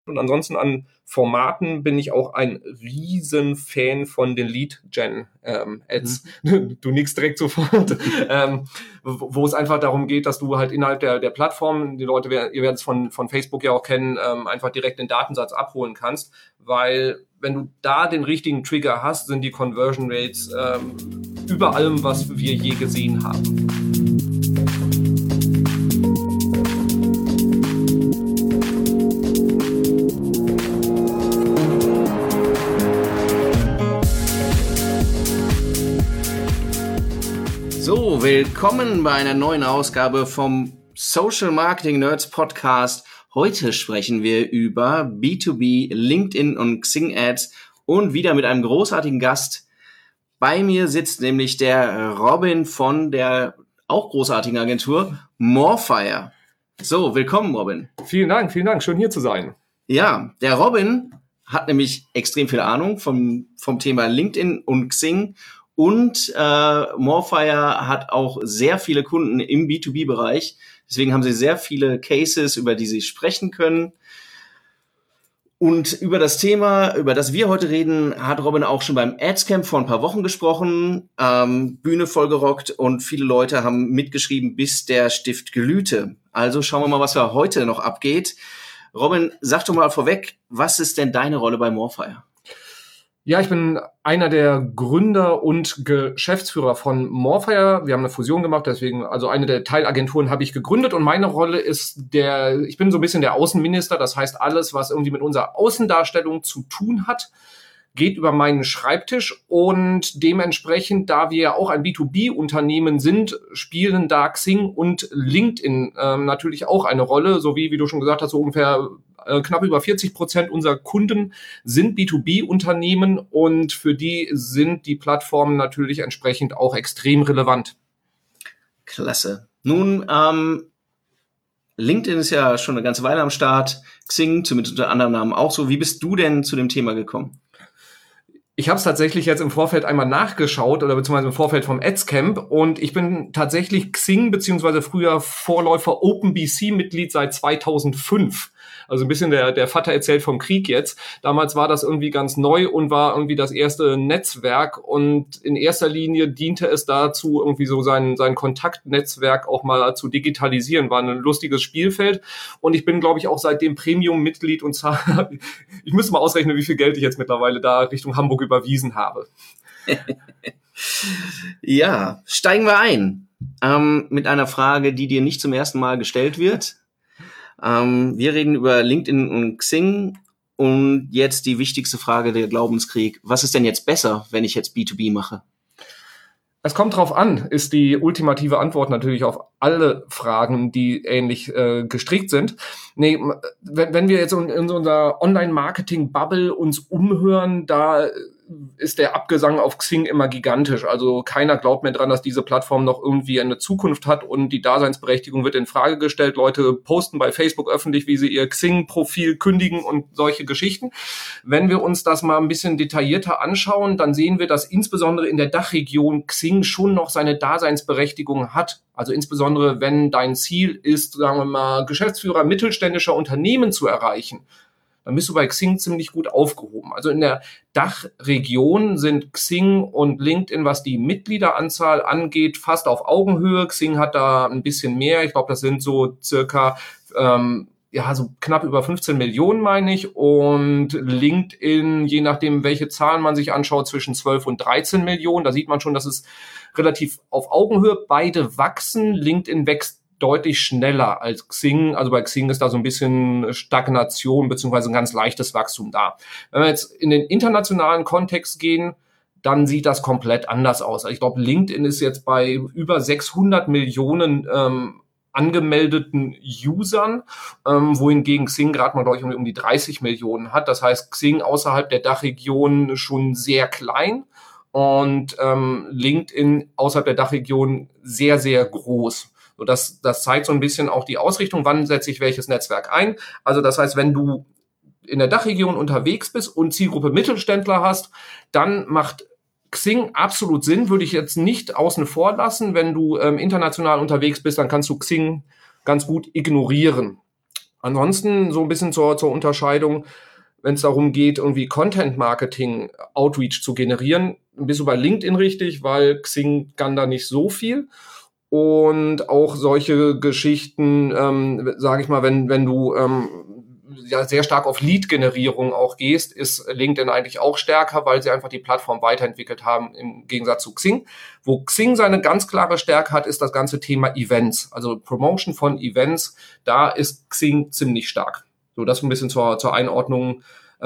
Und ansonsten an Formaten bin ich auch ein Riesenfan von den Lead-Gen-Ads. Du nickst direkt sofort. Wo es einfach darum geht, dass du halt innerhalb der Plattform, die Leute, ihr werdet es von Facebook ja auch kennen, einfach direkt den Datensatz abholen kannst, weil wenn du da den richtigen Trigger hast, sind die Conversion Rates über allem, was wir je gesehen haben. So, willkommen bei einer neuen Ausgabe vom Social Marketing Nerds Podcast. Heute sprechen wir über B2B, LinkedIn und Xing Ads und wieder mit einem großartigen Gast. Bei mir sitzt nämlich der Robin von der auch großartigen Agentur Morefire. So, willkommen Robin. Vielen Dank, schön hier zu sein. Ja, der Robin hat nämlich extrem viel Ahnung vom Thema LinkedIn und Xing. Und Morefire hat auch sehr viele Kunden im B2B-Bereich. Deswegen haben sie sehr viele Cases, über die sie sprechen können. Und über das Thema, über das wir heute reden, hat Robin auch schon beim Adscamp vor ein paar Wochen gesprochen. Bühne vollgerockt und viele Leute haben mitgeschrieben, bis der Stift glühte. Also schauen wir mal, was da heute noch abgeht. Robin, sag doch mal vorweg, was ist denn deine Rolle bei Morefire? Ja, ich bin einer der Gründer und Geschäftsführer von Morefire. Wir haben eine Fusion gemacht, deswegen, also eine der Teilagenturen habe ich gegründet und meine Rolle ist ich bin so ein bisschen der Außenminister, das heißt alles, was irgendwie mit unserer Außendarstellung zu tun hat, geht über meinen Schreibtisch und dementsprechend, da wir ja auch ein B2B-Unternehmen sind, spielen da Xing und LinkedIn natürlich auch eine Rolle, so wie du schon gesagt hast, so ungefähr knapp über 40% unserer Kunden sind B2B-Unternehmen und für die sind die Plattformen natürlich entsprechend auch extrem relevant. Klasse. Nun, LinkedIn ist ja schon eine ganze Weile am Start, Xing zumindest unter anderem Namen auch so. Wie bist du denn zu dem Thema gekommen? Ich habe es tatsächlich jetzt im Vorfeld einmal nachgeschaut oder beziehungsweise im Vorfeld vom Adscamp und ich bin tatsächlich Xing beziehungsweise früher Vorläufer OpenBC-Mitglied seit 2005. Also ein bisschen der Vater erzählt vom Krieg jetzt. Damals war das irgendwie ganz neu und war irgendwie das erste Netzwerk und in erster Linie diente es dazu, irgendwie so sein Kontaktnetzwerk auch mal zu digitalisieren. War ein lustiges Spielfeld und ich bin, glaube ich, auch seitdem Premium-Mitglied und ich müsste mal ausrechnen, wie viel Geld ich jetzt mittlerweile da Richtung Hamburg überwiesen habe. Ja, steigen wir ein mit einer Frage, die dir nicht zum ersten Mal gestellt wird. Wir reden über LinkedIn und Xing und jetzt die wichtigste Frage, der Glaubenskrieg. Was ist denn jetzt besser, wenn ich jetzt B2B mache? Es kommt drauf an, ist die ultimative Antwort natürlich auf alle Fragen, die ähnlich gestrickt sind. Nee, wenn wir jetzt in unserer Online-Marketing-Bubble uns umhören, da ist der Abgesang auf Xing immer gigantisch. Also keiner glaubt mehr dran, dass diese Plattform noch irgendwie eine Zukunft hat und die Daseinsberechtigung wird in Frage gestellt. Leute posten bei Facebook öffentlich, wie sie ihr Xing-Profil kündigen und solche Geschichten. Wenn wir uns das mal ein bisschen detaillierter anschauen, dann sehen wir, dass insbesondere in der Dachregion Xing schon noch seine Daseinsberechtigung hat. Also insbesondere, wenn dein Ziel ist, sagen wir mal, Geschäftsführer mittelständischer Unternehmen zu erreichen, dann bist du bei Xing ziemlich gut aufgehoben. Also in der Dachregion sind Xing und LinkedIn, was die Mitgliederanzahl angeht, fast auf Augenhöhe. Xing hat da ein bisschen mehr. Ich glaube, das sind so circa so knapp über 15 Millionen, meine ich. Und LinkedIn, je nachdem, welche Zahlen man sich anschaut, zwischen 12 und 13 Millionen. Da sieht man schon, dass es relativ auf Augenhöhe. Beide wachsen. LinkedIn wächst deutlich schneller als Xing. Also bei Xing ist da so ein bisschen Stagnation beziehungsweise ein ganz leichtes Wachstum da. Wenn wir jetzt in den internationalen Kontext gehen, dann sieht das komplett anders aus. Also ich glaube, LinkedIn ist jetzt bei über 600 Millionen angemeldeten Usern, wohingegen Xing gerade mal, glaube ich, um die 30 Millionen hat. Das heißt, Xing außerhalb der Dachregion schon sehr klein und LinkedIn außerhalb der Dachregion sehr, sehr groß. So, das zeigt so ein bisschen auch die Ausrichtung, wann setze ich welches Netzwerk ein. Also das heißt, wenn du in der Dachregion unterwegs bist und Zielgruppe Mittelständler hast, dann macht Xing absolut Sinn, würde ich jetzt nicht außen vor lassen. Wenn du international unterwegs bist, dann kannst du Xing ganz gut ignorieren. Ansonsten so ein bisschen zur Unterscheidung, wenn es darum geht, irgendwie Content-Marketing, Outreach zu generieren, bist du bei LinkedIn richtig, weil Xing kann da nicht so viel. Und auch solche Geschichten, sage ich mal, wenn du ja sehr stark auf Lead-Generierung auch gehst, ist LinkedIn eigentlich auch stärker, weil sie einfach die Plattform weiterentwickelt haben im Gegensatz zu Xing. Wo Xing seine ganz klare Stärke hat, ist das ganze Thema Events, also Promotion von Events. Da ist Xing ziemlich stark. So, das ein bisschen zur Einordnung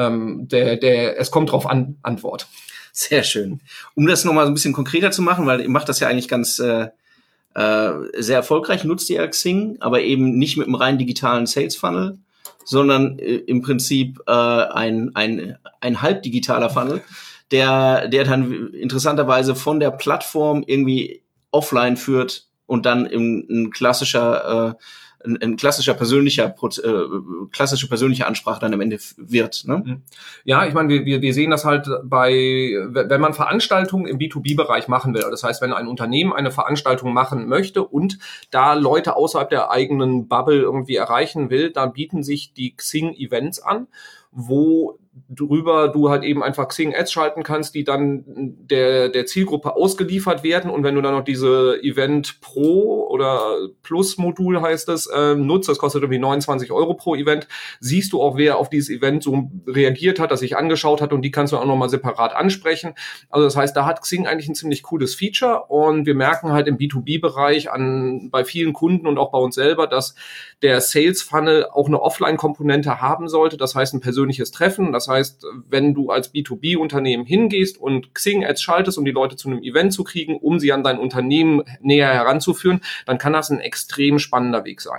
der es kommt drauf an Antwort. Sehr schön. Um das nochmal so ein bisschen konkreter zu machen, weil ihr macht das ja eigentlich ganz sehr erfolgreich, nutzt ihr Xing, aber eben nicht mit einem rein digitalen Sales Funnel, sondern im Prinzip ein halb digitaler Funnel, der dann interessanterweise von der Plattform irgendwie offline führt und dann ein klassische persönliche Ansprache dann am Ende wird. Ne? Ja, ich meine, wir sehen das halt wenn man Veranstaltungen im B2B-Bereich machen will. Das heißt, wenn ein Unternehmen eine Veranstaltung machen möchte und da Leute außerhalb der eigenen Bubble irgendwie erreichen will, dann bieten sich die Xing-Events an, wo drüber du halt eben einfach Xing-Ads schalten kannst, die dann der Zielgruppe ausgeliefert werden. Und wenn du dann noch diese Event Pro oder Plus Modul heißt es, nutzt, das kostet irgendwie 29 € pro Event, siehst du auch, wer auf dieses Event so reagiert hat, das sich angeschaut hat, und die kannst du auch nochmal separat ansprechen. Also das heißt, da hat Xing eigentlich ein ziemlich cooles Feature, und wir merken halt im B2B-Bereich bei vielen Kunden und auch bei uns selber, dass der Sales Funnel auch eine Offline-Komponente haben sollte, das heißt ein persönliches Treffen. Das heißt, wenn du als B2B-Unternehmen hingehst und Xing-Ads schaltest, um die Leute zu einem Event zu kriegen, um sie an dein Unternehmen näher heranzuführen, dann kann das ein extrem spannender Weg sein.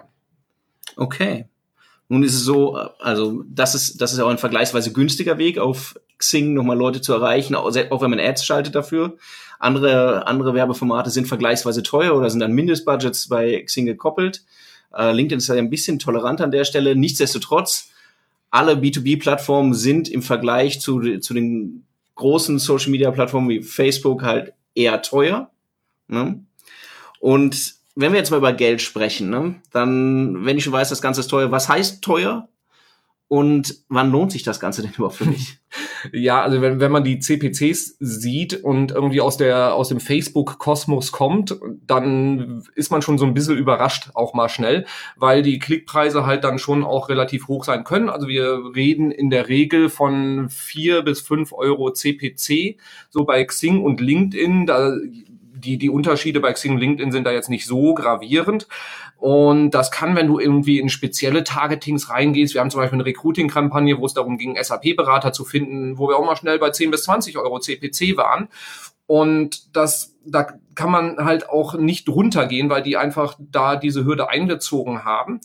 Okay. Nun ist es so, also das ist auch ein vergleichsweise günstiger Weg, auf Xing nochmal Leute zu erreichen, auch wenn man Ads schaltet dafür. Andere Werbeformate sind vergleichsweise teuer oder sind an Mindestbudgets bei Xing gekoppelt. LinkedIn ist ja ein bisschen tolerant an der Stelle. Nichtsdestotrotz, alle B2B-Plattformen sind im Vergleich zu den großen Social-Media-Plattformen wie Facebook halt eher teuer. Ne? Und wenn wir jetzt mal über Geld sprechen, ne, dann, wenn ich schon weiß, das Ganze ist teuer, was heißt teuer? Und wann lohnt sich das Ganze denn überhaupt für mich? Ja, also wenn man die CPCs sieht und irgendwie aus dem Facebook-Kosmos kommt, dann ist man schon so ein bisschen überrascht, auch mal schnell, weil die Klickpreise halt dann schon auch relativ hoch sein können. Also wir reden in der Regel von 4 bis 5 € CPC, so bei Xing und LinkedIn. Die Unterschiede bei Xing und LinkedIn sind da jetzt nicht so gravierend. Und das kann, wenn du irgendwie in spezielle Targetings reingehst, wir haben zum Beispiel eine Recruiting-Kampagne, wo es darum ging, SAP-Berater zu finden, wo wir auch mal schnell bei 10 bis 20 € CPC waren. Und da kann man halt auch nicht runtergehen, weil die einfach da diese Hürde eingezogen haben.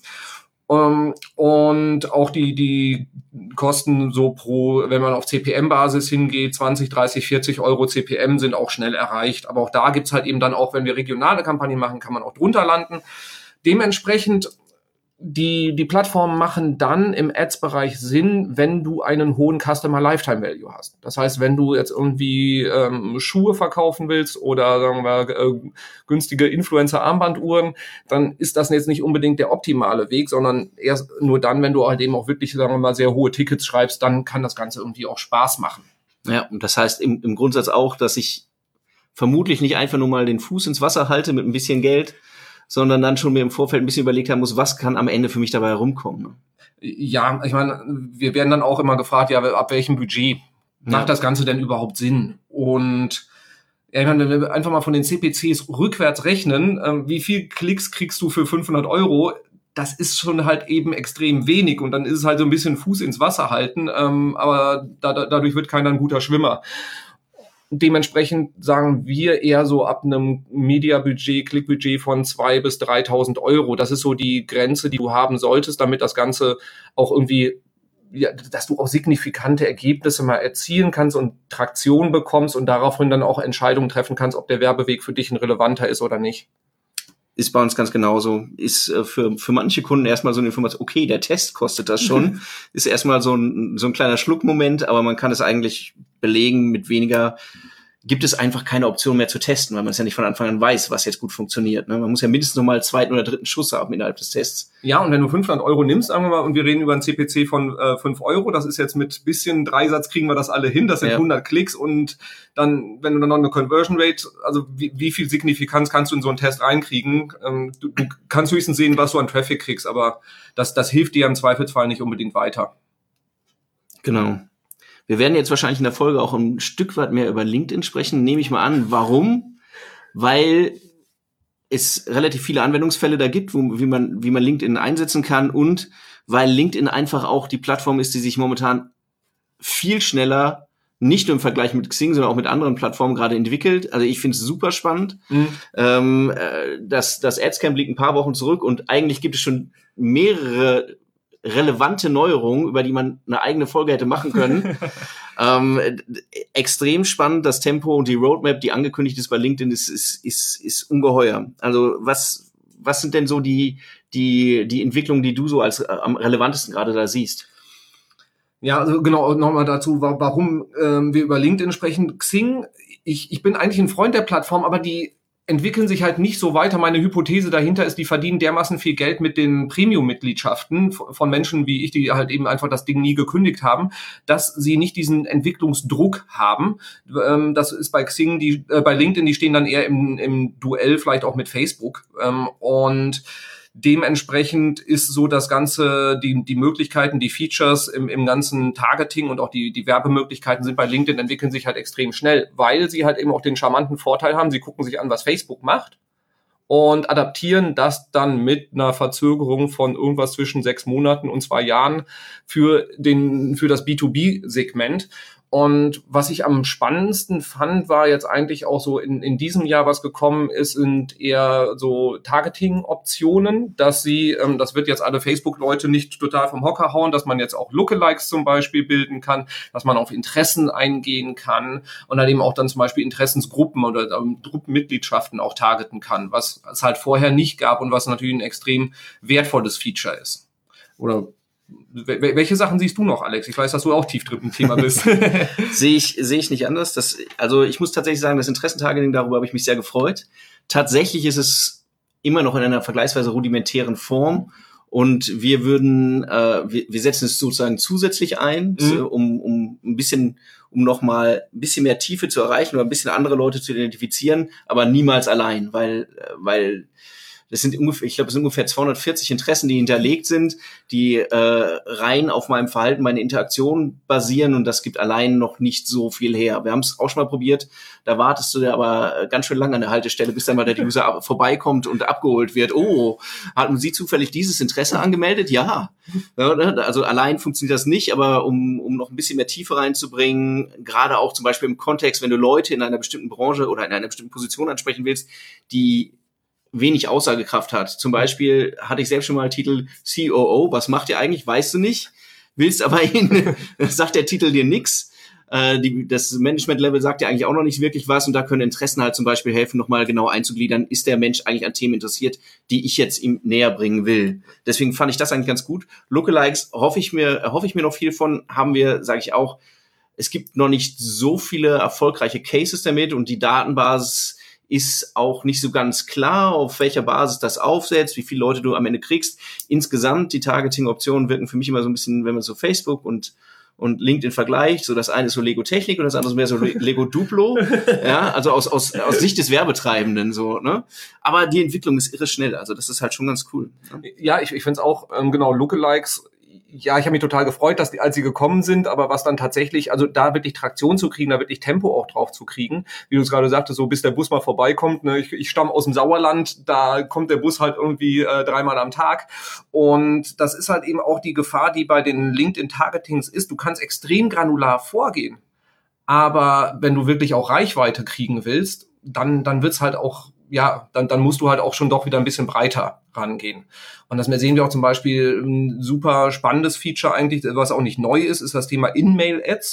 Und auch die Kosten so wenn man auf CPM-Basis hingeht, 20, 30, 40 € CPM sind auch schnell erreicht. Aber auch da gibt's halt eben dann auch, wenn wir regionale Kampagnen machen, kann man auch drunter landen. Dementsprechend, die Plattformen machen dann im Ads-Bereich Sinn, wenn du einen hohen Customer Lifetime Value hast. Das heißt, wenn du jetzt irgendwie Schuhe verkaufen willst oder sagen wir günstige Influencer-Armbanduhren, dann ist das jetzt nicht unbedingt der optimale Weg, sondern erst nur dann, wenn du halt eben auch wirklich, sagen wir mal, sehr hohe Tickets schreibst, dann kann das Ganze irgendwie auch Spaß machen. Ja, und das heißt im Grundsatz auch, dass ich vermutlich nicht einfach nur mal den Fuß ins Wasser halte mit ein bisschen Geld, sondern dann schon mir im Vorfeld ein bisschen überlegt haben muss, was kann am Ende für mich dabei herumkommen. Ne? Ja, ich meine, wir werden dann auch immer gefragt, ja, ab welchem Budget macht das Ganze denn überhaupt Sinn? Und ja, ich meine, wenn wir einfach mal von den CPCs rückwärts rechnen, wie viel Klicks kriegst du für 500 €? Das ist schon halt eben extrem wenig, und dann ist es halt so ein bisschen Fuß ins Wasser halten, aber dadurch wird keiner ein guter Schwimmer. Dementsprechend sagen wir eher so ab einem Media-Budget, Klickbudget von 2.000 bis 3.000 €. Das ist so die Grenze, die du haben solltest, damit das Ganze auch irgendwie, ja, dass du auch signifikante Ergebnisse mal erzielen kannst und Traktion bekommst und daraufhin dann auch Entscheidungen treffen kannst, ob der Werbeweg für dich ein relevanter ist oder nicht. Ist bei uns ganz genauso. Ist für manche Kunden erstmal so eine Information, okay, der Test kostet das schon. Ist erstmal so ein kleiner Schluckmoment, aber man kann es eigentlich belegen mit weniger gibt es einfach keine Option mehr zu testen, weil man es ja nicht von Anfang an weiß, was jetzt gut funktioniert. Ne? Man muss ja mindestens noch mal einen zweiten oder dritten Schuss haben innerhalb des Tests. Ja, und wenn du 500 Euro nimmst, sagen wir mal, und wir reden über einen CPC von 5 Euro, das ist jetzt mit bisschen Dreisatz kriegen wir das alle hin, das sind 100 Klicks und dann, wenn du dann noch eine Conversion Rate, also wie viel Signifikanz kannst du in so einen Test reinkriegen? Du kannst höchstens sehen, was du an Traffic kriegst, aber das hilft dir im Zweifelsfall nicht unbedingt weiter. Genau. Wir werden jetzt wahrscheinlich in der Folge auch ein Stück weit mehr über LinkedIn sprechen, nehme ich mal an. Warum? Weil es relativ viele Anwendungsfälle da gibt, wie man LinkedIn einsetzen kann und weil LinkedIn einfach auch die Plattform ist, die sich momentan viel schneller, nicht nur im Vergleich mit Xing, sondern auch mit anderen Plattformen gerade entwickelt. Also ich finde es super spannend. Das Adscamp liegt ein paar Wochen zurück und eigentlich gibt es schon mehrere relevante Neuerungen, über die man eine eigene Folge hätte machen können. Extrem spannend, das Tempo und die Roadmap, die angekündigt ist bei LinkedIn, ist ungeheuer. Also was sind denn so die Entwicklungen, die du so als am relevantesten gerade da siehst? Ja, also genau, nochmal dazu, warum wir über LinkedIn sprechen. Xing, ich bin eigentlich ein Freund der Plattform, aber die entwickeln sich halt nicht so weiter. Meine Hypothese dahinter ist, die verdienen dermaßen viel Geld mit den Premium-Mitgliedschaften von Menschen wie ich, die halt eben einfach das Ding nie gekündigt haben, dass sie nicht diesen Entwicklungsdruck haben. Das ist bei Xing, bei LinkedIn, die stehen dann eher im Duell vielleicht auch mit Facebook. Und dementsprechend ist so das Ganze, die Möglichkeiten, die Features im ganzen Targeting und auch die Werbemöglichkeiten sind bei LinkedIn, entwickeln sich halt extrem schnell, weil sie halt eben auch den charmanten Vorteil haben, sie gucken sich an, was Facebook macht und adaptieren das dann mit einer Verzögerung von irgendwas zwischen 6 Monaten und 2 Jahren für das B2B-Segment. Und was ich am spannendsten fand, war jetzt eigentlich auch so in diesem Jahr, was gekommen ist, sind eher so Targeting-Optionen, dass das wird jetzt alle Facebook-Leute nicht total vom Hocker hauen, dass man jetzt auch Lookalikes zum Beispiel bilden kann, dass man auf Interessen eingehen kann und dann eben auch dann zum Beispiel Interessensgruppen oder Gruppenmitgliedschaften auch targeten kann, was es halt vorher nicht gab und was natürlich ein extrem wertvolles Feature ist. Oder welche Sachen siehst du noch, Alex? Ich weiß, dass du auch tief drin im Thema bist. Sehe ich nicht anders. Also ich muss tatsächlich sagen, das Interessentargeting, darüber habe ich mich sehr gefreut. Tatsächlich ist es immer noch in einer vergleichsweise rudimentären Form und wir setzen es sozusagen zusätzlich ein, um noch mal ein bisschen mehr Tiefe zu erreichen oder ein bisschen andere Leute zu identifizieren, aber niemals allein, weil es sind ungefähr 240 Interessen, die hinterlegt sind, die rein auf meinem Verhalten, meine Interaktion basieren und das gibt allein noch nicht so viel her. Wir haben es auch schon mal probiert, da wartest du aber ganz schön lange an der Haltestelle, bis dann mal der User vorbeikommt und abgeholt wird. Oh, hatten Sie zufällig dieses Interesse angemeldet? Ja. Also allein funktioniert das nicht, aber um noch ein bisschen mehr Tiefe reinzubringen, gerade auch zum Beispiel im Kontext, wenn du Leute in einer bestimmten Branche oder in einer bestimmten Position ansprechen willst, die wenig Aussagekraft hat. Zum Beispiel hatte ich selbst schon mal Titel COO, was macht ihr eigentlich, weißt du nicht, willst aber sagt der Titel dir nix. Das Management-Level sagt ja eigentlich auch noch nicht wirklich was und da können Interessen halt zum Beispiel helfen, nochmal genau einzugliedern, ist der Mensch eigentlich an Themen interessiert, die ich jetzt ihm näher bringen will. Deswegen fand ich das eigentlich ganz gut. Lookalikes erhoffe ich mir noch viel von, haben wir, sage ich auch, es gibt noch nicht so viele erfolgreiche Cases damit und die Datenbasis ist auch nicht so ganz klar, auf welcher Basis das aufsetzt, wie viele Leute du am Ende kriegst. Insgesamt, die Targeting-Optionen wirken für mich immer so ein bisschen, wenn man so Facebook und LinkedIn vergleicht, so das eine ist so Lego Technik und das andere ist mehr so Lego Duplo, ja, also aus Sicht des Werbetreibenden so, ne? Aber die Entwicklung ist irre schnell, also das ist halt schon ganz cool. Ne? Ja, ich finde es auch, genau, Lookalikes. Ja, ich habe mich total gefreut, als sie gekommen sind, aber was dann tatsächlich, also da wirklich Traktion zu kriegen, da wirklich Tempo auch drauf zu kriegen, wie du es gerade sagtest, so bis der Bus mal vorbeikommt, ne, ich stamme aus dem Sauerland, da kommt der Bus halt irgendwie 3-mal am Tag und das ist halt eben auch die Gefahr, die bei den LinkedIn-Targetings ist, du kannst extrem granular vorgehen, aber wenn du wirklich auch Reichweite kriegen willst, dann wird's halt auch, ja, dann musst du halt auch schon doch wieder ein bisschen breiter rangehen. Und das sehen wir auch zum Beispiel ein super spannendes Feature eigentlich, was auch nicht neu ist das Thema In-Mail-Ads,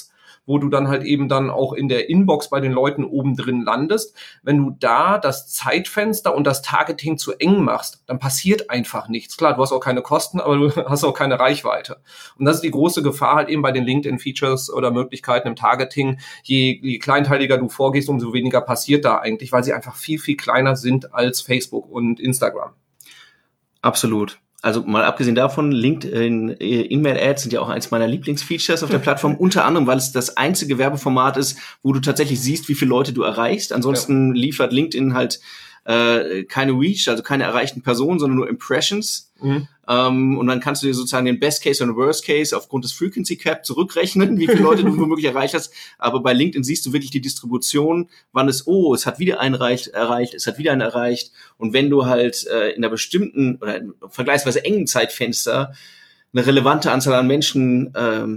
wo du dann halt eben dann auch in der Inbox bei den Leuten oben drin landest. Wenn du da das Zeitfenster und das Targeting zu eng machst, dann passiert einfach nichts. Klar, du hast auch keine Kosten, aber du hast auch keine Reichweite. Und das ist die große Gefahr halt eben bei den LinkedIn-Features oder Möglichkeiten im Targeting. Je kleinteiliger du vorgehst, umso weniger passiert da eigentlich, weil sie einfach viel, viel kleiner sind als Facebook und Instagram. Absolut. Also mal abgesehen davon, LinkedIn E-Mail-Ads sind ja auch eins meiner Lieblingsfeatures auf der Plattform, unter anderem, weil es das einzige Werbeformat ist, wo du tatsächlich siehst, wie viele Leute du erreichst. Ansonsten liefert LinkedIn halt keine Reach, also keine erreichten Personen, sondern nur Impressions. Und dann kannst du dir sozusagen den Best Case und den Worst Case aufgrund des Frequency Cap zurückrechnen, wie viele Leute du womöglich erreicht hast. Aber bei LinkedIn siehst du wirklich die Distribution, wann es hat wieder einen erreicht, es hat wieder einen erreicht. Und wenn du halt in einer bestimmten oder in vergleichsweise engen Zeitfenster eine relevante Anzahl an Menschen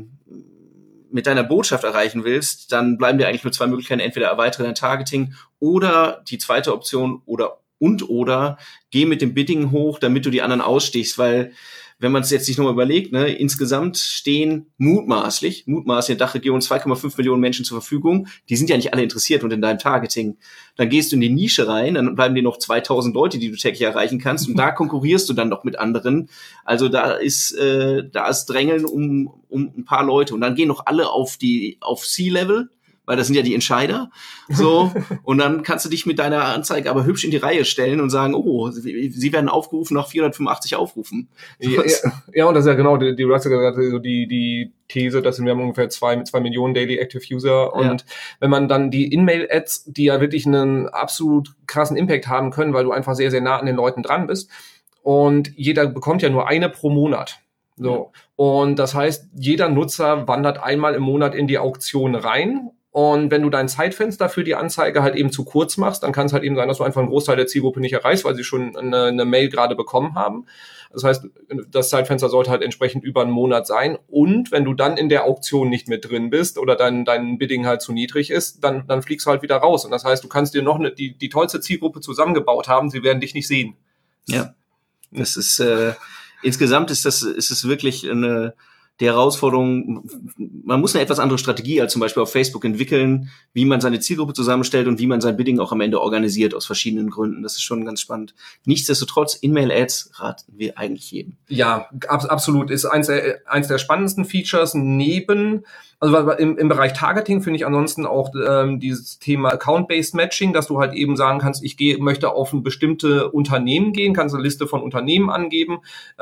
mit deiner Botschaft erreichen willst, dann bleiben dir eigentlich nur zwei Möglichkeiten. Entweder erweitere dein Targeting oder die zweite Option oder geh mit dem Bidding hoch, damit du die anderen ausstichst, weil wenn man es jetzt sich nochmal überlegt, ne, insgesamt stehen mutmaßlich in der Dachregion 2,5 Millionen Menschen zur Verfügung. Die sind ja nicht alle interessiert und in deinem Targeting. Dann gehst du in die Nische rein, dann bleiben dir noch 2000 Leute, die du täglich erreichen kannst und da konkurrierst du dann noch mit anderen. Also da ist Drängeln um ein paar Leute und dann gehen noch alle auf C-Level, weil das sind ja die Entscheider. So, und dann kannst du dich mit deiner Anzeige aber hübsch in die Reihe stellen und sagen, sie werden aufgerufen nach 485 Aufrufen. Ja, und das ist ja genau, du hast ja gerade so die These, dass wir haben ungefähr 2 Millionen Daily Active User und wenn man dann die In-Mail-Ads, die ja wirklich einen absolut krassen Impact haben können, weil du einfach sehr, sehr nah an den Leuten dran bist und jeder bekommt ja nur eine pro Monat. So. Und das heißt, jeder Nutzer wandert einmal im Monat in die Auktion rein. Und wenn du dein Zeitfenster für die Anzeige halt eben zu kurz machst, dann kann es halt eben sein, dass du einfach einen Großteil der Zielgruppe nicht erreichst, weil sie schon eine Mail gerade bekommen haben. Das heißt, das Zeitfenster sollte halt entsprechend über einen Monat sein. Und wenn du dann in der Auktion nicht mit drin bist oder dein Bidding halt zu niedrig ist, dann fliegst du halt wieder raus. Und das heißt, du kannst dir noch die tollste Zielgruppe zusammengebaut haben, sie werden dich nicht sehen. Ja, das ist insgesamt ist es wirklich die Herausforderung, man muss eine etwas andere Strategie als zum Beispiel auf Facebook entwickeln, wie man seine Zielgruppe zusammenstellt und wie man sein Bidding auch am Ende organisiert aus verschiedenen Gründen. Das ist schon ganz spannend. Nichtsdestotrotz, In-Mail-Ads raten wir eigentlich jedem. Ja, absolut. Ist eins der spannendsten Features also im Bereich Targeting finde ich ansonsten auch dieses Thema Account-Based Matching, dass du halt eben sagen kannst, möchte auf ein bestimmte Unternehmen gehen, kannst eine Liste von Unternehmen angeben,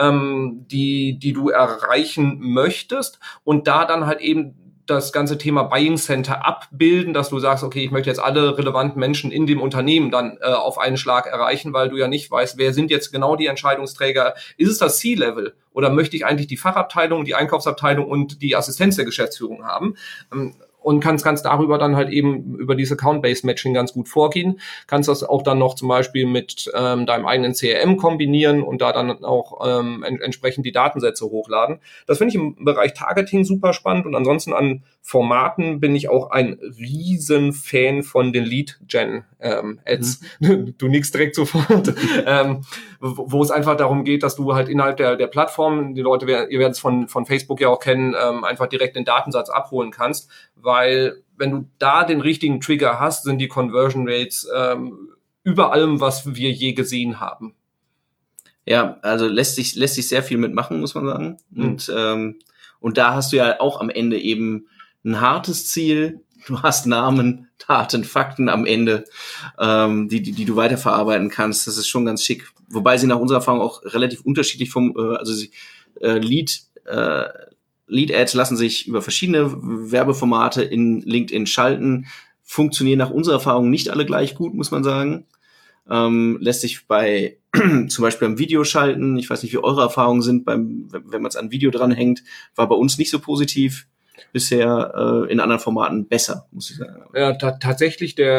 die du erreichen möchtest und da dann halt eben das ganze Thema Buying Center abbilden, dass du sagst, okay, ich möchte jetzt alle relevanten Menschen in dem Unternehmen dann auf einen Schlag erreichen, weil du ja nicht weißt, wer sind jetzt genau die Entscheidungsträger. Ist es das C-Level oder möchte ich eigentlich die Fachabteilung, die Einkaufsabteilung und die Assistenz der Geschäftsführung haben? Und kannst darüber dann halt eben über dieses Account-Based Matching ganz gut vorgehen. Kannst das auch dann noch zum Beispiel mit deinem eigenen CRM kombinieren und da dann auch entsprechend die Datensätze hochladen. Das finde ich im Bereich Targeting super spannend und ansonsten an Formaten bin ich auch ein riesen Fan von den Lead-Gen-Ads. Du nickst direkt sofort. Wo es einfach darum geht, dass du halt innerhalb der Plattform, die Leute, ihr werdet es von Facebook ja auch kennen, einfach direkt den Datensatz abholen kannst, weil wenn du da den richtigen Trigger hast, sind die Conversion Rates über allem, was wir je gesehen haben. Ja, also lässt sich sehr viel mitmachen, muss man sagen. Und da hast du ja auch am Ende eben ein hartes Ziel. Du hast Namen, Daten, Fakten am Ende, die du weiterverarbeiten kannst. Das ist schon ganz schick. Wobei sie nach unserer Erfahrung auch relativ unterschiedlich Lead-Ads lassen sich über verschiedene Werbeformate in LinkedIn schalten, funktionieren nach unserer Erfahrung nicht alle gleich gut, muss man sagen. Lässt sich zum Beispiel beim Video schalten. Ich weiß nicht, wie eure Erfahrungen sind, wenn man es an Video dranhängt, war bei uns nicht so positiv. Bisher in anderen Formaten besser, muss ich sagen. Ja, tatsächlich der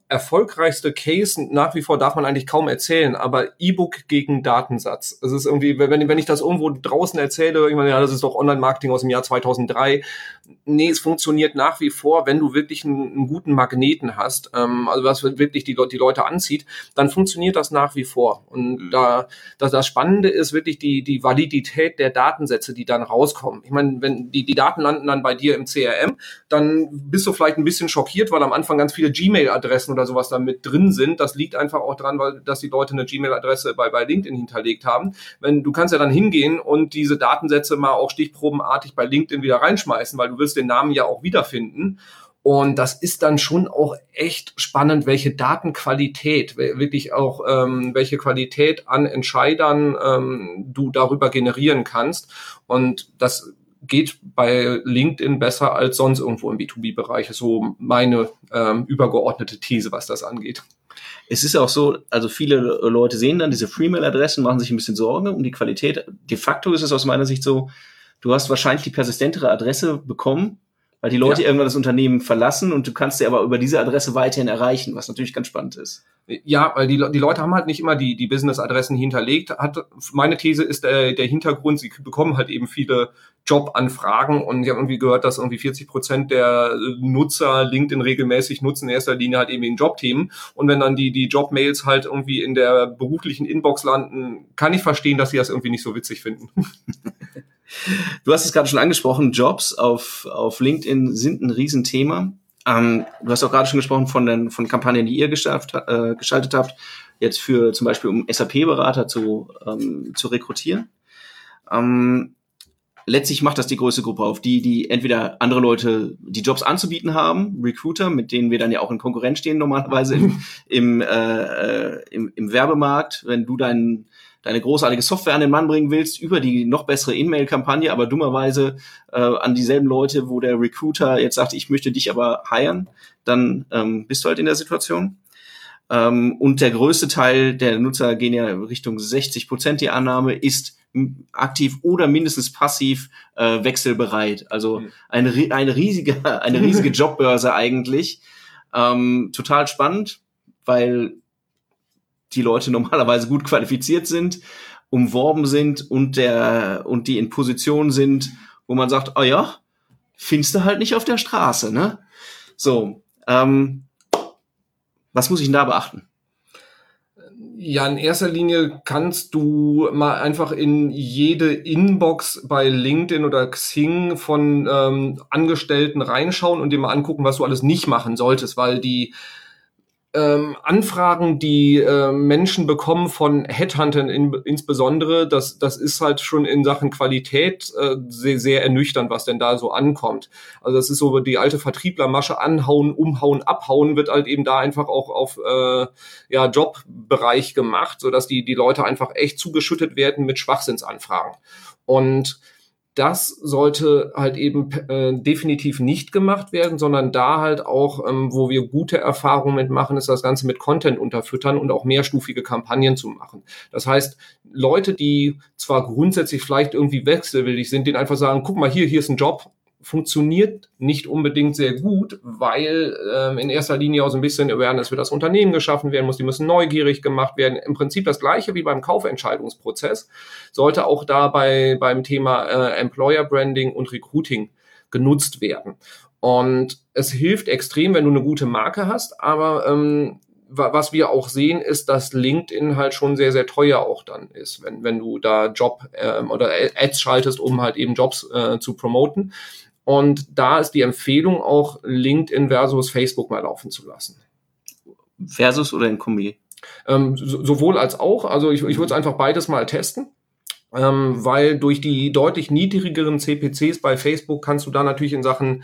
erfolgreichste Case, nach wie vor darf man eigentlich kaum erzählen, aber E-Book gegen Datensatz. Es ist irgendwie, wenn ich das irgendwo draußen erzähle, ich meine, ja, das ist doch Online-Marketing aus dem Jahr 2003. Nee, es funktioniert nach wie vor, wenn du wirklich einen guten Magneten hast, also was wirklich die Leute anzieht, dann funktioniert das nach wie vor. Und das Spannende ist wirklich die Validität der Datensätze, die dann rauskommen. Ich meine, wenn die Daten landen dann bei dir im CRM, dann bist du vielleicht ein bisschen schockiert, weil am Anfang ganz viele Gmail-Adressen oder sowas da mit drin sind. Das liegt einfach auch dran, weil dass die Leute eine Gmail-Adresse bei LinkedIn hinterlegt haben. Du kannst ja dann hingehen und diese Datensätze mal auch stichprobenartig bei LinkedIn wieder reinschmeißen, weil du willst den Namen ja auch wiederfinden. Und das ist dann schon auch echt spannend, welche Datenqualität, wirklich auch welche Qualität an Entscheidern du darüber generieren kannst. Und das geht bei LinkedIn besser als sonst irgendwo im B2B-Bereich. Ist so meine übergeordnete These, was das angeht. Es ist auch so, also viele Leute sehen dann diese Freemail-Adressen, machen sich ein bisschen Sorgen um die Qualität. De facto ist es aus meiner Sicht so, du hast wahrscheinlich die persistentere Adresse bekommen, weil die Leute irgendwann das Unternehmen verlassen und du kannst sie aber über diese Adresse weiterhin erreichen, was natürlich ganz spannend ist. Ja, weil die Leute haben halt nicht immer die Business-Adressen hinterlegt. Meine These ist der Hintergrund, sie bekommen halt eben viele Jobanfragen und ich habe irgendwie gehört, dass irgendwie 40% der Nutzer LinkedIn regelmäßig nutzen, in erster Linie halt eben wegen Jobthemen. Und wenn dann die Jobmails halt irgendwie in der beruflichen Inbox landen, kann ich verstehen, dass sie das irgendwie nicht so witzig finden. Du hast es gerade schon angesprochen, Jobs auf LinkedIn sind ein Riesenthema. Du hast auch gerade schon gesprochen von Kampagnen, die ihr geschaltet habt, jetzt für zum Beispiel um SAP-Berater zu rekrutieren. Letztlich macht das die größte Gruppe auf, die entweder andere Leute die Jobs anzubieten haben, Recruiter, mit denen wir dann ja auch in Konkurrenz stehen normalerweise im Werbemarkt, wenn du deine großartige Software an den Mann bringen willst, über die noch bessere In-Mail-Kampagne, aber dummerweise an dieselben Leute, wo der Recruiter jetzt sagt, ich möchte dich aber hiren, dann bist du halt in der Situation. Und der größte Teil der Nutzer gehen ja Richtung 60% die Annahme, ist aktiv oder mindestens passiv wechselbereit. Also eine riesige Jobbörse eigentlich. Total spannend, weil die Leute normalerweise gut qualifiziert sind, umworben sind und die in Position sind, wo man sagt, oh ja, findest du halt nicht auf der Straße, ne? So, was muss ich denn da beachten? Ja, in erster Linie kannst du mal einfach in jede Inbox bei LinkedIn oder Xing von Angestellten reinschauen und dir mal angucken, was du alles nicht machen solltest, weil die Anfragen, die Menschen bekommen von Headhuntern insbesondere, das ist halt schon in Sachen Qualität sehr, sehr ernüchternd, was denn da so ankommt. Also das ist so die alte Vertrieblermasche, anhauen, umhauen, abhauen, wird halt eben da einfach auch auf Jobbereich gemacht, sodass die Leute einfach echt zugeschüttet werden mit Schwachsinnsanfragen. Und das sollte halt eben definitiv nicht gemacht werden, sondern da halt auch, wo wir gute Erfahrungen mitmachen, ist das Ganze mit Content unterfüttern und auch mehrstufige Kampagnen zu machen. Das heißt, Leute, die zwar grundsätzlich vielleicht irgendwie wechselwillig sind, denen einfach sagen, guck mal, hier ist ein Job, funktioniert nicht unbedingt sehr gut, weil in erster Linie auch so ein bisschen Awareness für das Unternehmen geschaffen werden muss, die müssen neugierig gemacht werden. Im Prinzip das Gleiche wie beim Kaufentscheidungsprozess sollte auch da beim Thema Employer Branding und Recruiting genutzt werden. Und es hilft extrem, wenn du eine gute Marke hast, aber was wir auch sehen, ist, dass LinkedIn halt schon sehr, sehr teuer auch dann ist, wenn du da Job oder Ads schaltest, um halt eben Jobs zu promoten. Und da ist die Empfehlung auch, LinkedIn versus Facebook mal laufen zu lassen. Versus oder in Kombi? Sowohl als auch. Also ich würde es einfach beides mal testen. Weil durch die deutlich niedrigeren CPCs bei Facebook kannst du da natürlich in Sachen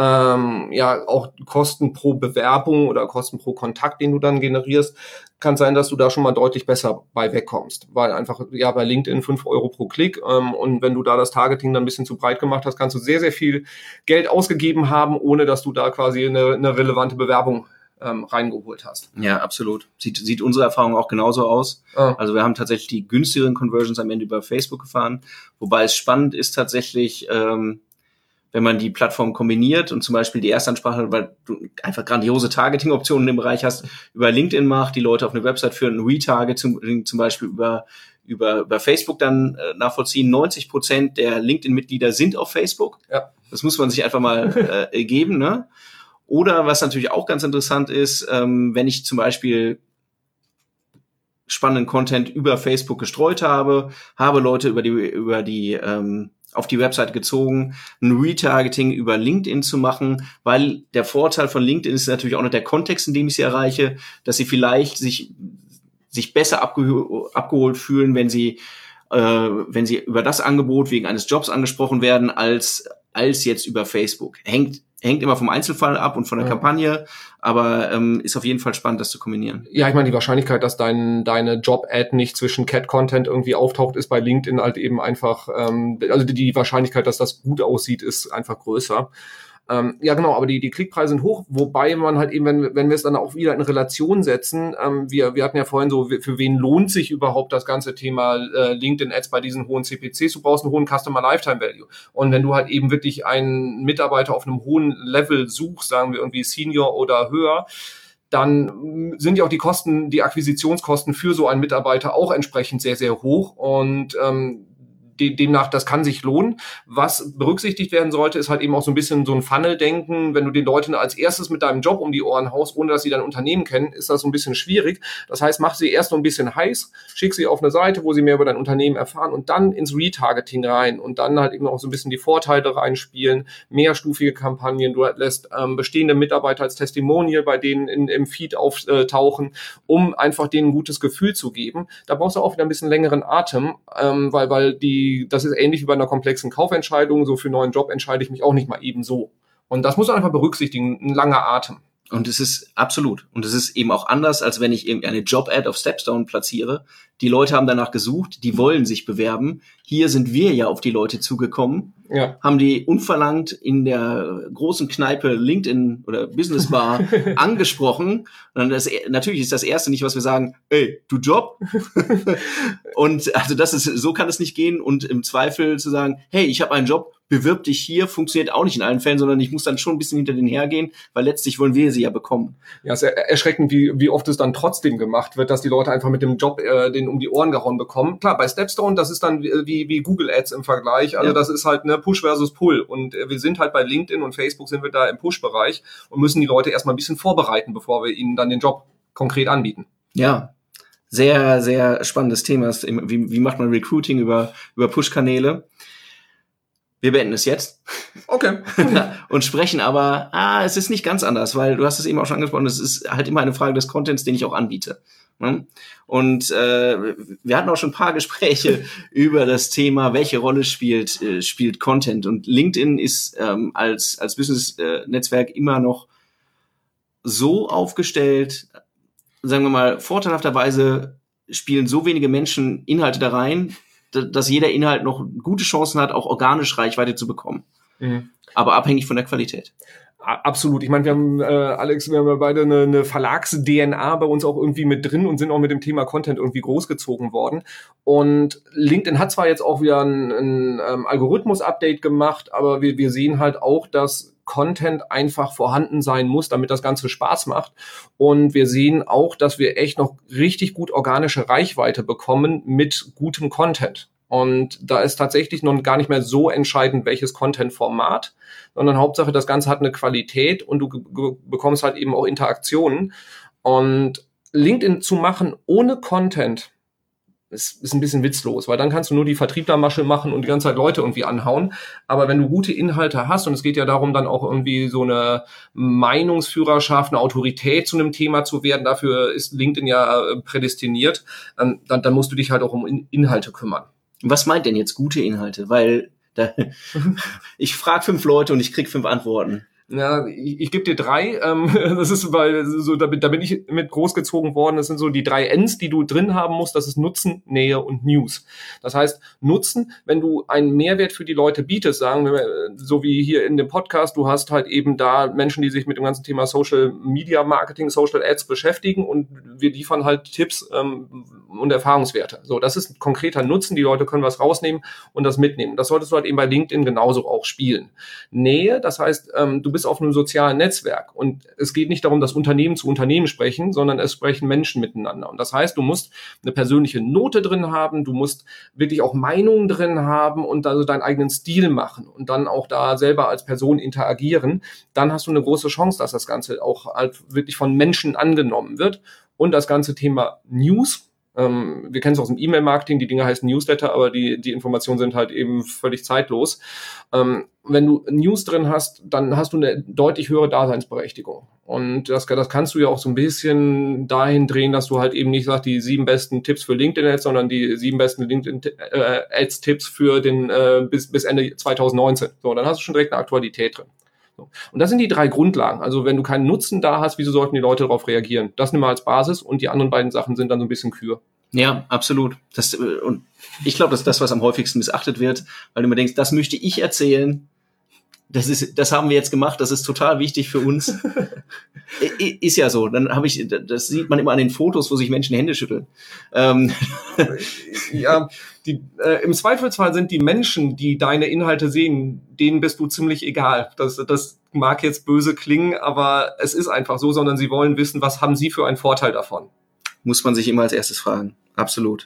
auch Kosten pro Bewerbung oder Kosten pro Kontakt, den du dann generierst, kann sein, dass du da schon mal deutlich besser bei wegkommst, weil einfach bei LinkedIn 5 Euro pro Klick und wenn du da das Targeting dann ein bisschen zu breit gemacht hast, kannst du sehr, sehr viel Geld ausgegeben haben, ohne dass du da quasi eine relevante Bewerbung reingeholt hast. Ja, absolut. Sieht unsere Erfahrung auch genauso aus. Also wir haben tatsächlich die günstigeren Conversions am Ende über Facebook gefahren, wobei es spannend ist tatsächlich, wenn man die Plattform kombiniert und zum Beispiel die Erstansprache, weil du einfach grandiose Targeting-Optionen im Bereich hast, über LinkedIn macht, die Leute auf eine Website führen, ein Retargeting zum Beispiel über Facebook dann nachvollziehen. 90% der LinkedIn-Mitglieder sind auf Facebook. Ja. Das muss man sich einfach mal geben, ne? Oder was natürlich auch ganz interessant ist, wenn ich zum Beispiel spannenden Content über Facebook gestreut habe Leute auf die Website gezogen, ein Retargeting über LinkedIn zu machen, weil der Vorteil von LinkedIn ist natürlich auch noch der Kontext, in dem ich sie erreiche, dass sie vielleicht sich besser abgeholt fühlen, wenn sie über das Angebot wegen eines Jobs angesprochen werden, als jetzt über Facebook. Hängt immer vom Einzelfall ab und von der Kampagne, aber ist auf jeden Fall spannend, das zu kombinieren. Ja, ich meine, die Wahrscheinlichkeit, dass deine Job-Ad nicht zwischen Cat-Content irgendwie auftaucht, ist bei LinkedIn halt eben einfach, also die Wahrscheinlichkeit, dass das gut aussieht, ist einfach größer. Ja, genau, aber die Klickpreise sind hoch, wobei man halt eben, wenn wir es dann auch wieder in Relation setzen, wir hatten ja vorhin so, für wen lohnt sich überhaupt das ganze Thema LinkedIn-Ads bei diesen hohen CPCs? Du brauchst einen hohen Customer Lifetime Value. Und wenn du halt eben wirklich einen Mitarbeiter auf einem hohen Level suchst, sagen wir irgendwie Senior oder höher, dann sind ja auch die Akquisitionskosten für so einen Mitarbeiter auch entsprechend sehr, sehr hoch und demnach, das kann sich lohnen. Was berücksichtigt werden sollte, ist halt eben auch so ein bisschen so ein Funnel-Denken. Wenn du den Leuten als erstes mit deinem Job um die Ohren haust, ohne dass sie dein Unternehmen kennen, ist das so ein bisschen schwierig. Das heißt, mach sie erst so ein bisschen heiß, schick sie auf eine Seite, wo sie mehr über dein Unternehmen erfahren und dann ins Retargeting rein und dann halt eben auch so ein bisschen die Vorteile reinspielen, mehrstufige Kampagnen. Du lässt bestehende Mitarbeiter als Testimonial bei denen im Feed auftauchen, um einfach denen ein gutes Gefühl zu geben. Da brauchst du auch wieder ein bisschen längeren Atem, weil das ist ähnlich wie bei einer komplexen Kaufentscheidung. So für einen neuen Job entscheide ich mich auch nicht mal eben so. Und das muss man einfach berücksichtigen, ein langer Atem. Und es ist absolut. Und es ist eben auch anders, als wenn ich irgendeine Job-Ad auf Stepstone platziere. Die Leute haben danach gesucht, die wollen sich bewerben. Hier sind wir ja auf die Leute zugekommen, haben die unverlangt in der großen Kneipe LinkedIn oder Business Bar angesprochen. Und natürlich ist das Erste nicht, was wir sagen, ey, du Job? Und also so kann es nicht gehen. Und im Zweifel zu sagen, hey, ich habe einen Job, bewirb dich hier, funktioniert auch nicht in allen Fällen, sondern ich muss dann schon ein bisschen hinter denen hergehen, weil letztlich wollen wir sie ja bekommen. Ja, es ist erschreckend, wie oft es dann trotzdem gemacht wird, dass die Leute einfach mit dem Job den um die Ohren gehauen bekommen. Klar, bei Stepstone, das ist dann wie Google Ads im Vergleich. Also das ist halt eine Push versus Pull. Und wir sind halt bei LinkedIn und Facebook sind wir da im Push-Bereich und müssen die Leute erstmal ein bisschen vorbereiten, bevor wir ihnen dann den Job konkret anbieten. Ja, sehr, sehr spannendes Thema. Wie macht man Recruiting über Push-Kanäle? Wir beenden es jetzt. Okay. Und sprechen aber, es ist nicht ganz anders, weil du hast es eben auch schon angesprochen, es ist halt immer eine Frage des Contents, den ich auch anbiete. Und wir hatten auch schon ein paar Gespräche über das Thema, welche Rolle spielt Content. Und LinkedIn ist als Business-Netzwerk immer noch so aufgestellt, sagen wir mal, vorteilhafterweise spielen so wenige Menschen Inhalte da rein, dass jeder Inhalt noch gute Chancen hat, auch organisch Reichweite zu bekommen. Mhm. Aber abhängig von der Qualität. Absolut. Ich meine, wir haben, Alex, wir haben ja beide eine Verlags-DNA bei uns auch irgendwie mit drin und sind auch mit dem Thema Content irgendwie großgezogen worden. Und LinkedIn hat zwar jetzt auch wieder ein Algorithmus-Update gemacht, aber wir sehen halt auch, dass Content einfach vorhanden sein muss, damit das Ganze Spaß macht. Und wir sehen auch, dass wir echt noch richtig gut organische Reichweite bekommen mit gutem Content. Und da ist tatsächlich noch gar nicht mehr so entscheidend, welches Content-Format, sondern Hauptsache, das Ganze hat eine Qualität und du bekommst halt eben auch Interaktionen. Und LinkedIn zu machen ohne Content ist ein bisschen witzlos, weil dann kannst du nur die Vertrieblermasche machen und die ganze Zeit Leute irgendwie anhauen. Aber wenn du gute Inhalte hast, und es geht ja darum, dann auch irgendwie so eine Meinungsführerschaft, eine Autorität zu einem Thema zu werden, dafür ist LinkedIn ja prädestiniert, dann musst du dich halt auch um Inhalte kümmern. Was meint denn jetzt gute Inhalte? Weil ich frage 5 Leute und ich krieg 5 Antworten. Ja, ich gebe dir 3. Das ist, weil so da bin ich mit großgezogen worden. Das sind so die 3 Ns, die du drin haben musst. Das ist Nutzen, Nähe und News. Das heißt, Nutzen, wenn du einen Mehrwert für die Leute bietest, sagen wir, so wie hier in dem Podcast, du hast halt eben da Menschen, die sich mit dem ganzen Thema Social Media Marketing, Social Ads beschäftigen und wir liefern halt Tipps und Erfahrungswerte. So, das ist ein konkreter Nutzen. Die Leute können was rausnehmen und das mitnehmen. Das solltest du halt eben bei LinkedIn genauso auch spielen. Nähe, das heißt, du bist auf einem sozialen Netzwerk und es geht nicht darum, dass Unternehmen zu Unternehmen sprechen, sondern es sprechen Menschen miteinander. Und das heißt, du musst eine persönliche Note drin haben, du musst wirklich auch Meinungen drin haben und also deinen eigenen Stil machen und dann auch da selber als Person interagieren. Dann hast du eine große Chance, dass das Ganze auch halt wirklich von Menschen angenommen wird. Und das ganze Thema News. Wir kennen es aus dem E-Mail-Marketing, die Dinge heißen Newsletter, aber die Informationen sind halt eben völlig zeitlos. Wenn du News drin hast, dann hast du eine deutlich höhere Daseinsberechtigung. Und das kannst du ja auch so ein bisschen dahin drehen, dass du halt eben nicht sagst, die 7 besten Tipps für LinkedIn-Ads, sondern die 7 besten LinkedIn-Ads-Tipps für den bis Ende 2019. So, dann hast du schon direkt eine Aktualität drin. So. Und das sind die 3 Grundlagen. Also wenn du keinen Nutzen da hast, wieso sollten die Leute darauf reagieren? Das nimm mal als Basis und die anderen beiden Sachen sind dann so ein bisschen Kür. Ja, absolut. Und ich glaube, das ist das, was am häufigsten missachtet wird, weil du mir denkst, das möchte ich erzählen. Das haben wir jetzt gemacht, das ist total wichtig für uns. Ist ja so. Das sieht man immer an den Fotos, wo sich Menschen Hände schütteln. Ja, im Zweifelsfall sind die Menschen, die deine Inhalte sehen, denen bist du ziemlich egal. Das mag jetzt böse klingen, aber es ist einfach so, sondern sie wollen wissen, was haben sie für einen Vorteil davon. Muss man sich immer als erstes fragen. Absolut.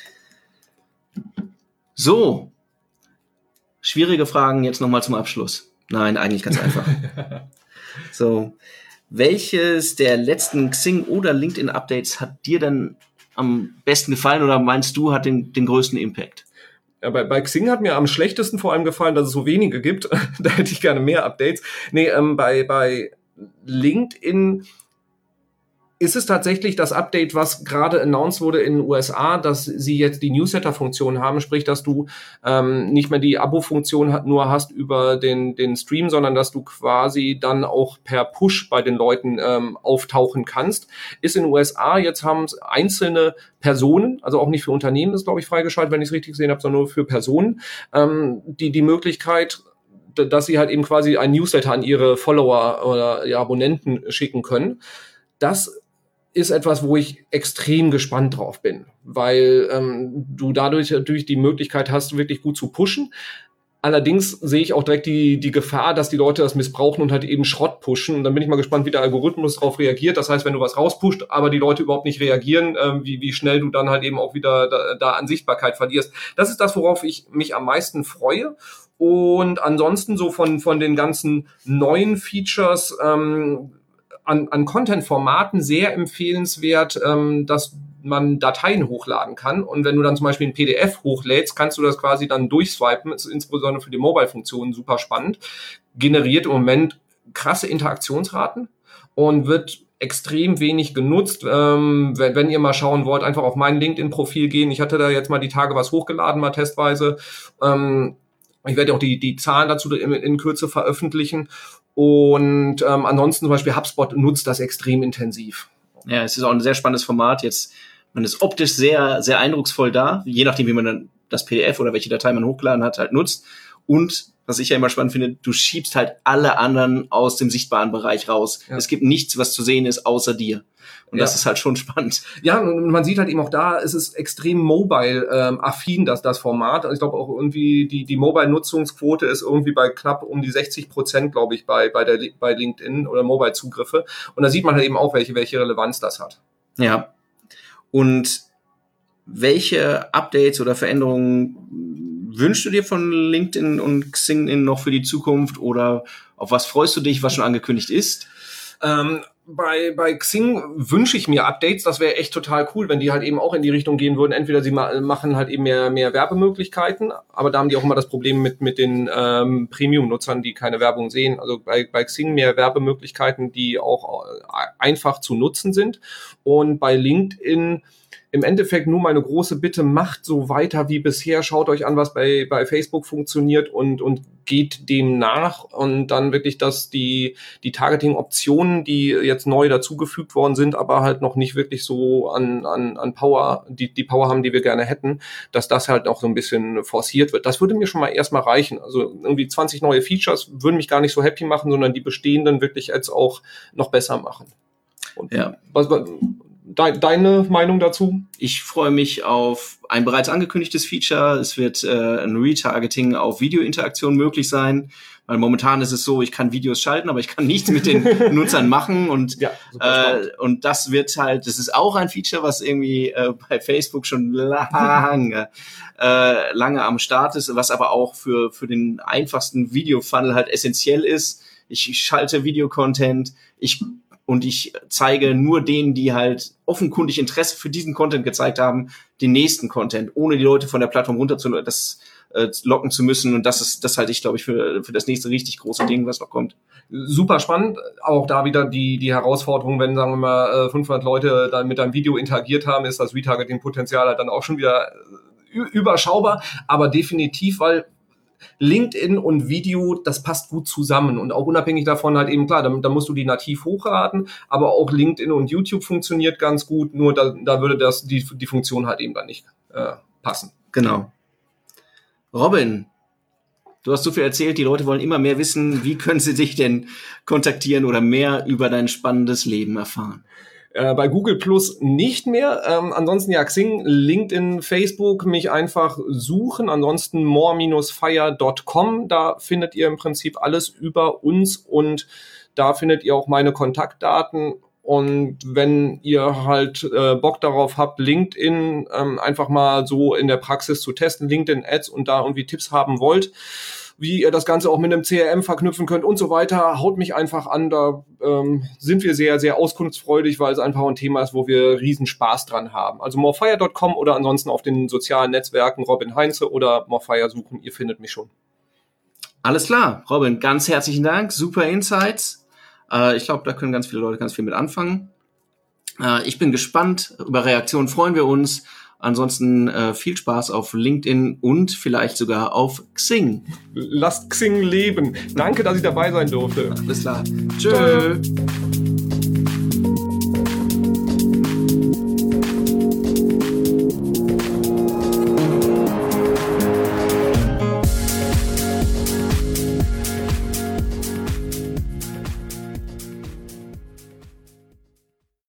So. Schwierige Fragen jetzt nochmal zum Abschluss. Nein, eigentlich ganz einfach. So. Welches der letzten Xing- oder LinkedIn-Updates hat dir denn am besten gefallen oder meinst du, hat den größten Impact? Ja, bei Xing hat mir am schlechtesten vor allem gefallen, dass es so wenige gibt. Da hätte ich gerne mehr Updates. Bei LinkedIn ist es tatsächlich das Update, was gerade announced wurde in den USA, dass sie jetzt die Newsletter-Funktion haben, sprich, dass du nicht mehr die Abo-Funktion nur hast über den Stream, sondern dass du quasi dann auch per Push bei den Leuten auftauchen kannst. Ist in den USA, jetzt haben es einzelne Personen, also auch nicht für Unternehmen, ist glaube ich freigeschaltet, wenn ich es richtig gesehen habe, sondern nur für Personen, die Möglichkeit, dass sie halt eben quasi ein Newsletter an ihre Follower oder ja, Abonnenten schicken können. Das ist etwas, wo ich extrem gespannt drauf bin, weil du dadurch natürlich die Möglichkeit hast, wirklich gut zu pushen. Allerdings sehe ich auch direkt die Gefahr, dass die Leute das missbrauchen und halt eben Schrott pushen. Und dann bin ich mal gespannt, wie der Algorithmus darauf reagiert. Das heißt, wenn du was rauspusht, aber die Leute überhaupt nicht reagieren, wie schnell du dann halt eben auch wieder da an Sichtbarkeit verlierst. Das ist das, worauf ich mich am meisten freue. Und ansonsten so von den ganzen neuen Features an Content-Formaten sehr empfehlenswert, dass man Dateien hochladen kann. Und wenn du dann zum Beispiel ein PDF hochlädst, kannst du das quasi dann durchswipen. Das ist insbesondere für die Mobile-Funktionen super spannend. Generiert im Moment krasse Interaktionsraten und wird extrem wenig genutzt. Wenn ihr mal schauen wollt, einfach auf mein LinkedIn-Profil gehen. Ich hatte da jetzt mal die Tage was hochgeladen, mal testweise. Ich werde auch die Zahlen dazu in Kürze veröffentlichen. Und ansonsten zum Beispiel HubSpot nutzt das extrem intensiv. Ja, es ist auch ein sehr spannendes Format. Jetzt, man ist optisch sehr, sehr eindrucksvoll da, je nachdem, wie man dann das PDF oder welche Datei man hochgeladen hat, halt nutzt. Und was ich ja immer spannend finde, du schiebst halt alle anderen aus dem sichtbaren Bereich raus. Ja. Es gibt nichts, was zu sehen ist, außer dir. Und das ist halt schon spannend. Ja, und man sieht halt eben auch da, es ist extrem mobile-affin, das Format. Ich glaube auch irgendwie die Mobile-Nutzungsquote ist irgendwie bei knapp um die 60%, glaube ich, bei LinkedIn oder Mobile-Zugriffe. Und da sieht man halt eben auch, welche Relevanz das hat. Ja. Und welche Updates oder Veränderungen wünschst du dir von LinkedIn und Xing noch für die Zukunft? Oder auf was freust du dich, was schon angekündigt ist? Bei Xing wünsche ich mir Updates, das wäre echt total cool, wenn die halt eben auch in die Richtung gehen würden. Entweder sie machen halt eben mehr Werbemöglichkeiten, aber da haben die auch immer das Problem mit den Premium-Nutzern, die keine Werbung sehen. Also bei Xing mehr Werbemöglichkeiten, die auch einfach zu nutzen sind. Und bei LinkedIn im Endeffekt nur meine große Bitte, macht so weiter wie bisher, schaut euch an, was bei Facebook funktioniert und geht dem nach und dann wirklich, dass die Targeting-Optionen, die jetzt neu dazugefügt worden sind, aber halt noch nicht wirklich so an Power, die Power haben, die wir gerne hätten, dass das halt auch so ein bisschen forciert wird. Das würde mir schon mal erstmal reichen. Also irgendwie 20 neue Features würden mich gar nicht so happy machen, sondern die bestehenden wirklich jetzt auch noch besser machen. Und ja. Deine Meinung dazu? Ich freue mich auf ein bereits angekündigtes Feature. Es wird ein Retargeting auf Videointeraktion möglich sein. Weil momentan ist es so, ich kann Videos schalten, aber ich kann nichts mit den Nutzern machen. Und, und das wird halt, das ist auch ein Feature, was irgendwie bei Facebook schon lange am Start ist, was aber auch für den einfachsten Videofunnel halt essentiell ist. Ich schalte Videocontent, ich zeige nur denen, die halt offenkundig Interesse für diesen Content gezeigt haben, den nächsten Content, ohne die Leute von der Plattform locken zu müssen. Und das halte ich, glaube ich, für das nächste richtig große Ding, was noch kommt. Super spannend. Auch da wieder die Herausforderung, wenn, sagen wir mal, 500 Leute dann mit deinem Video interagiert haben, ist das Retargeting-Potenzial halt dann auch schon wieder überschaubar. Aber definitiv, weil LinkedIn und Video, das passt gut zusammen und auch unabhängig davon halt eben, klar, da musst du die nativ hochladen, aber auch LinkedIn und YouTube funktioniert ganz gut, nur da würde die Funktion halt eben dann nicht passen. Genau. Robin, du hast so viel erzählt, die Leute wollen immer mehr wissen, wie können sie dich denn kontaktieren oder mehr über dein spannendes Leben erfahren? Bei Google Plus nicht mehr. Ansonsten ja, Xing, LinkedIn, Facebook, mich einfach suchen. Ansonsten more-fire.com. Da findet ihr im Prinzip alles über uns und da findet ihr auch meine Kontaktdaten. Und wenn ihr halt Bock darauf habt, LinkedIn einfach mal so in der Praxis zu testen, LinkedIn-Ads und da irgendwie Tipps haben wollt, wie ihr das Ganze auch mit einem CRM verknüpfen könnt und so weiter, haut mich einfach an. Da sind wir sehr, sehr auskunftsfreudig, weil es einfach ein Thema ist, wo wir riesen Spaß dran haben. Also morefire.com oder ansonsten auf den sozialen Netzwerken Robin Heinze oder Morefire suchen. Ihr findet mich schon. Alles klar, Robin, ganz herzlichen Dank. Super Insights. Ich glaube, da können ganz viele Leute ganz viel mit anfangen. Ich bin gespannt. Über Reaktionen freuen wir uns. Ansonsten viel Spaß auf LinkedIn und vielleicht sogar auf Xing. Lasst Xing leben. Danke, dass ich dabei sein durfte. Alles klar. Tschö.